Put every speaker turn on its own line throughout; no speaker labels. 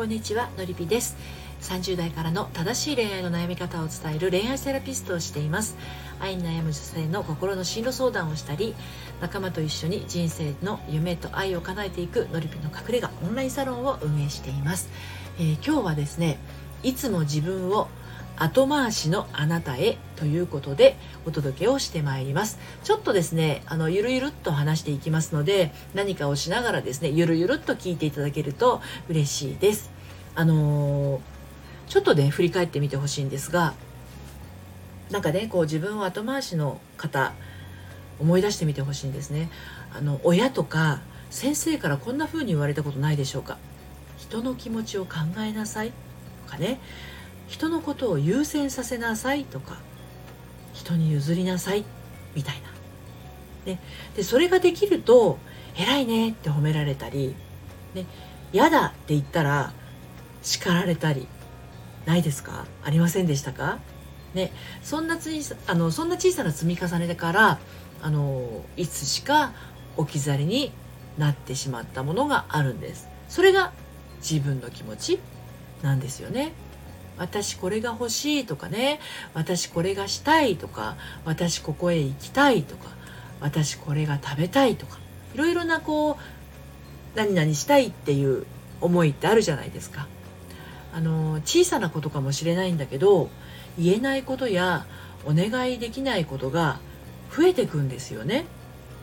こんにちは、のりぴです。30代からの正しい恋愛の悩み方を伝える恋愛セラピストをしています。愛に悩む女性の心の進路相談をしたり、仲間と一緒に人生の夢と愛を叶えていくのりぴの隠れ家オンラインサロンを運営しています。今日はですね、いつも自分を後回しのあなたへということでお届けをしてまいります。ちょっとですね、ゆるゆるっと話していきますので、何かをしながらですね、ゆるゆるっと聞いていただけると嬉しいです。ちょっとね、振り返ってみてほしいんですが、なんかね、こう自分を後回しの方、思い出してみてほしいんですね。親とか先生からこんな風に言われたことないでしょうか。人の気持ちを考えなさいとかね、人のことを優先させなさいとか、人に譲りなさいみたいな、ね、でそれができると偉いねって褒められたり、ね、嫌だって言ったら叱られたり、ないですか？ありませんでしたか？ね、そんな小さな積み重ねだから、いつしか置き去りになってしまったものがあるんです。それが自分の気持ちなんですよね。私これが欲しいとかね、私これがしたいとか、私ここへ行きたいとか、私これが食べたいとか、いろいろな何々したいっていう思いってあるじゃないですか。小さなことかもしれないんだけど、言えないことやお願いできないことが増えてくんですよね。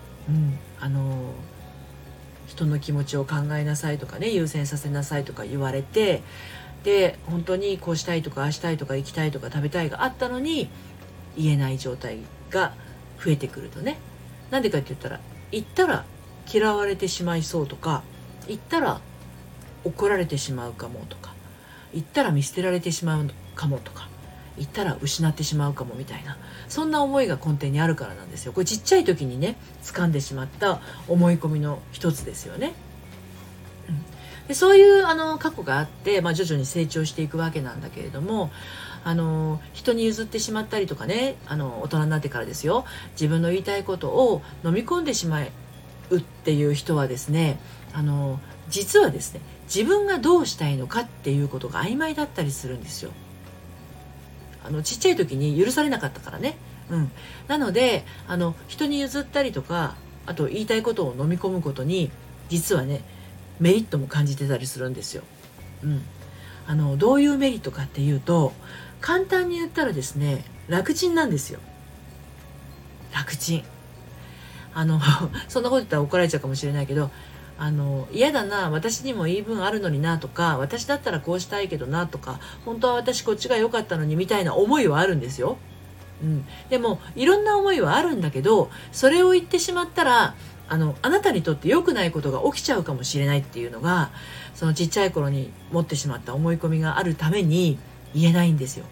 人の気持ちを考えなさいとかね、優先させなさいとか言われて、で本当にこうしたいとかああしたいとか行きたいとか食べたいがあったのに言えない状態が増えてくるとね、なんでかって言ったら、言ったら嫌われてしまいそうとか、言ったら怒られてしまうかもとか、言ったら見捨てられてしまうかもとか、言ったら失ってしまうかもみたいな、そんな思いが根底にあるからなんですよ。これちっちゃい時にね、掴んでしまった思い込みの一つですよね。でそういう過去があって、徐々に成長していくわけなんだけれども、人に譲ってしまったりとかね、大人になってからですよ、自分の言いたいことを飲み込んでしまうっていう人はですね、実はですね、自分がどうしたいのかっていうことが曖昧だったりするんですよ。ちっちゃい時に許されなかったからね。なので人に譲ったりとか、あと言いたいことを飲み込むことに実はね、メリットも感じてたりするんですよ。どういうメリットかっていうと、簡単に言ったらですね、楽ちんなんですよ。楽ちん。そんなこと言ったら怒られちゃうかもしれないけど、嫌だな、私にも言い分あるのになとか、私だったらこうしたいけどなとか、本当は私こっちが良かったのにみたいな思いはあるんですよ。でもいろんな思いはあるんだけど、それを言ってしまったらあなたにとって良くないことが起きちゃうかもしれないっていうのが、そのちっちゃい頃に持ってしまった思い込みがあるために言えないんですよ。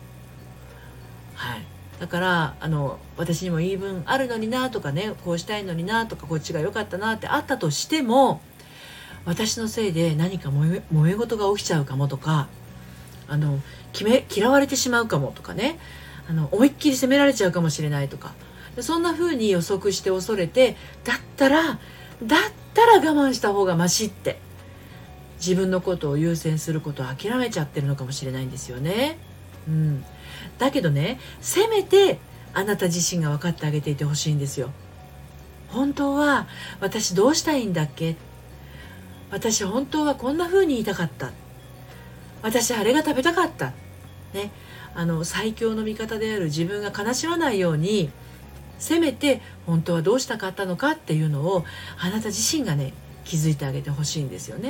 だから私にも言い分あるのになとかね、こうしたいのになとか、こっちが良かったなってあったとしても、私のせいで何か揉め事が起きちゃうかもとか、嫌われてしまうかもとかね、思いっきり責められちゃうかもしれないとか、そんな風に予測して恐れて、だったら我慢した方がマシって、自分のことを優先することを諦めちゃってるのかもしれないんですよね。だけどね、せめてあなた自身が分かってあげていてほしいんですよ。本当は私どうしたいんだっけ？私本当はこんな風に言いたかった。私あれが食べたかった。ね、最強の味方である自分が悲しまないように、せめて本当はどうしたかったのかっていうのをあなた自身がね、気づいてあげてほしいんですよね。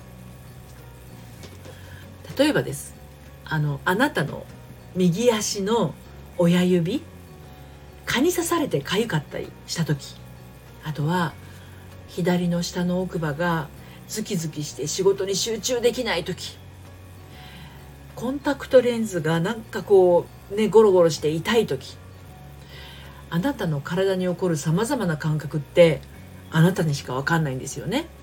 例えばです。あなたの右足の親指、蚊に刺されて痒かったりした時、あとは左の下の奥歯がズキズキして仕事に集中できない時、コンタクトレンズがなんかゴロゴロして痛い時、あなたの体に起こるさまざまな感覚ってあなたにしか分かんないんですよね。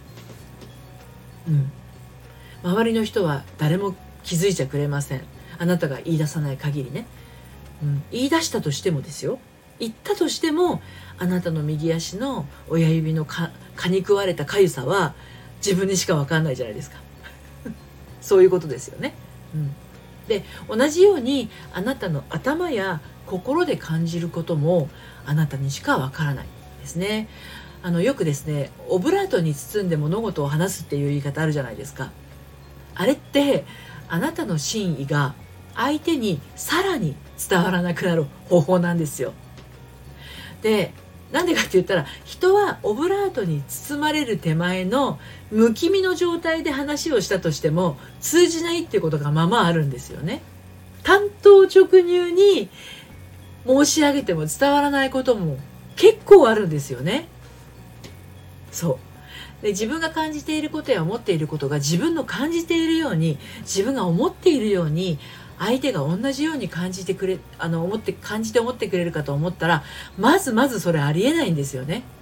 周りの人は誰も気づいちゃくれません。あなたが言い出さない限りね。言い出したとしてもですよ、言ったとしても、あなたの右足の親指の蚊に食われた痒さは自分にしか分かんないじゃないですか。 そういうことですよね。で同じようにあなたの頭や心で感じることもあなたにしかわからないですね。よくですね、オブラートに包んで物事を話すっていう言い方あるじゃないですか。あれってあなたの真意が相手にさらに伝わらなくなる方法なんですよ。でなんでかって言ったら、人はオブラートに包まれる手前のむき身の状態で話をしたとしても通じないっていうことがままあるんですよね。単刀直入に申し上げても伝わらないことも結構あるんですよね。そうで、自分が感じていることや思っていることが自分の感じているように、自分が思っているように相手が同じように感じてくれ思ってくれるかと思ったら、まずそれありえないんですよね。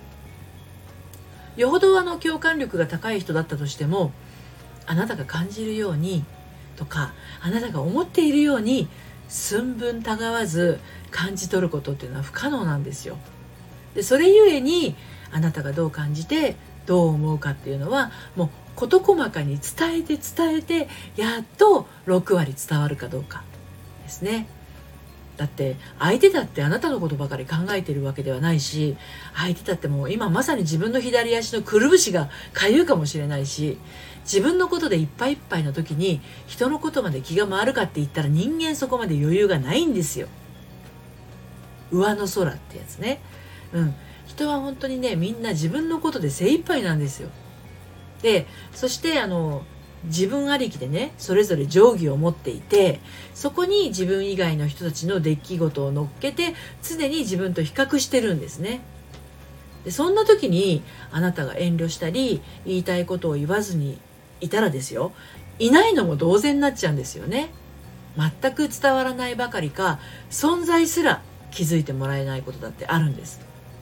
よほど共感力が高い人だったとしても、あなたが感じるようにとかあなたが思っているように寸分たがわず感じ取ることっていうのは不可能なんですよ。でそれゆえにあなたがどう感じてどう思うかっていうのは、もう事細かに伝えてやっと6割伝わるかどうかですね。だって相手だってあなたのことばかり考えているわけではないし、相手だってもう今まさに自分の左足のくるぶしがかゆいかもしれないし、自分のことでいっぱいいっぱいの時に人のことまで気が回るかって言ったら、人間そこまで余裕がないんですよ。上の空ってやつね。人は本当にね、みんな自分のことで精一杯なんですよ。でそして自分ありきでね、それぞれ定規を持っていて、そこに自分以外の人たちの出来事を乗っけて常に自分と比較してるんですね。でそんな時にあなたが遠慮したり言いたいことを言わずにいたらですよ、いないのも同然になっちゃうんですよね。全く伝わらないばかりか、存在すら気づいてもらえないことだってあるんです。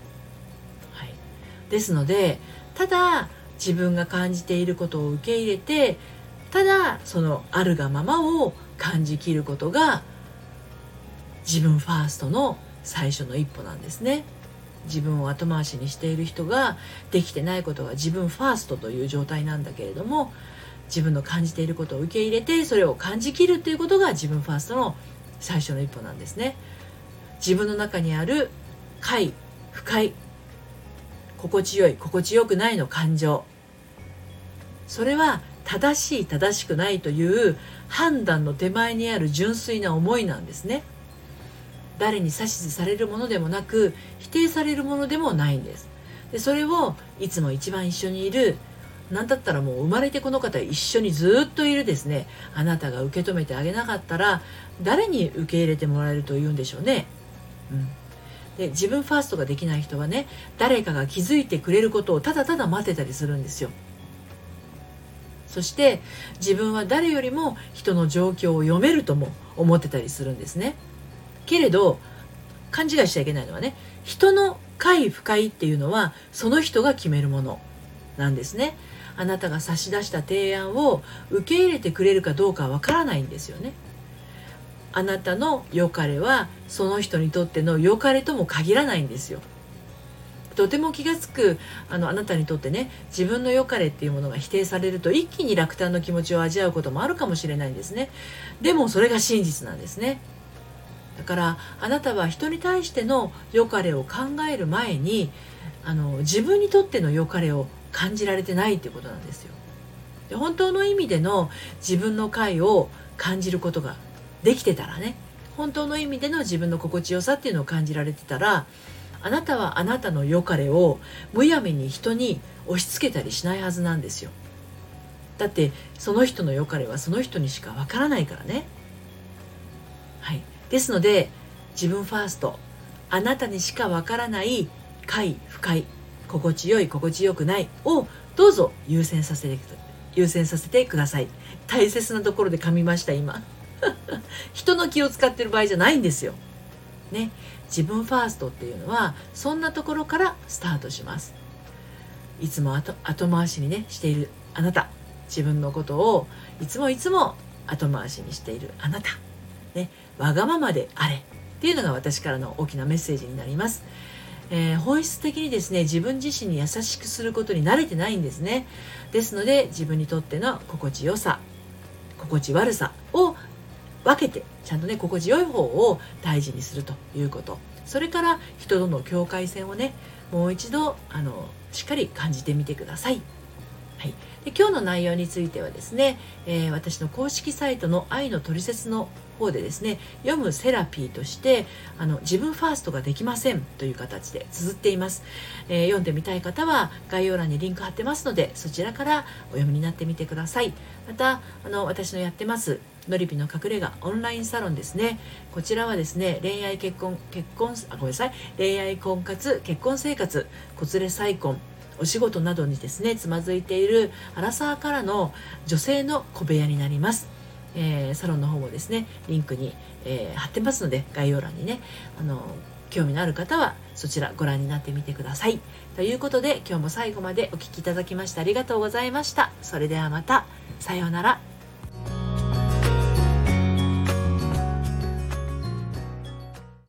ですので、ただ自分が感じていることを受け入れて、ただそのあるがままを感じきることが自分ファーストの最初の一歩なんですね。自分を後回しにしている人ができてないことは自分ファーストという状態なんだけれども、自分の感じていることを受け入れてそれを感じきるということが自分ファーストの最初の一歩なんですね。自分の中にある快不快、心地よい心地よくないの感情、それは正しい正しくないという判断の手前にある純粋な思いなんですね。誰に指図されるものでもなく、否定されるものでもないんです。でそれをいつも一番一緒にいる、なんだったらもう生まれてこの方一緒にずっといるですね、あなたが受け止めてあげなかったら誰に受け入れてもらえるというんでしょうね。で自分ファーストができない人はね、誰かが気づいてくれることをただただ待ってたりするんですよ。そして自分は誰よりも人の状況を読めるとも思ってたりするんですね。けれど勘違いしちゃいけないのはね、人の快不快っていうのはその人が決めるものなんですね。あなたが差し出した提案を受け入れてくれるかどうかはわからないんですよね。あなたの良かれはその人にとっての良かれとも限らないんですよ。とても気がつくあなたにとってね、自分の良かれっていうものが否定されると一気に落胆の気持ちを味わうこともあるかもしれないんですね。でもそれが真実なんですね。だからあなたは人に対しての良かれを考える前に自分にとっての良かれを感じられてないっていうことなんですよ。で本当の意味での自分の快を感じることができてたらね、本当の意味での自分の心地よさっていうのを感じられてたら、あなたはあなたの良かれをむやみに人に押し付けたりしないはずなんですよ。だってその人の良かれはその人にしかわからないからね。ですので自分ファースト、あなたにしかわからない快不快、心地よい心地よくないをどうぞ優先させてください。大切なところで噛みました今人の気を使ってる場合じゃないんですよね。自分ファーストっていうのはそんなところからスタートします。いつも後回しにねしているあなた、自分のことをいつも後回しにしているあなたね、わがままであれっていうのが私からの大きなメッセージになります。本質的にですね、自分自身に優しくすることに慣れてないんですね。ですので自分にとっての心地よさ、 心地悪さを分けて、ちゃんとね心地よい方を大事にするということ、それから人との境界線をねもう一度しっかり感じてみてください。はい、で今日の内容についてはですね、私の公式サイトの愛のトリセツの方でですね、読むセラピーとして自分ファーストができませんという形で綴っています。読んでみたい方は概要欄にリンク貼ってますので、そちらからお読みになってみてください。また私のやってますのりぴの隠れ家オンラインサロンですね、こちらはですね、恋愛婚活結婚生活、子連れ再婚、お仕事などにですねつまずいているアラサーからの女性の小部屋になります。サロンの方もですねリンクに、貼ってますので、概要欄にね興味のある方はそちらご覧になってみてください。ということで今日も最後までお聞きいただきましてありがとうございました。それではまた、さようなら。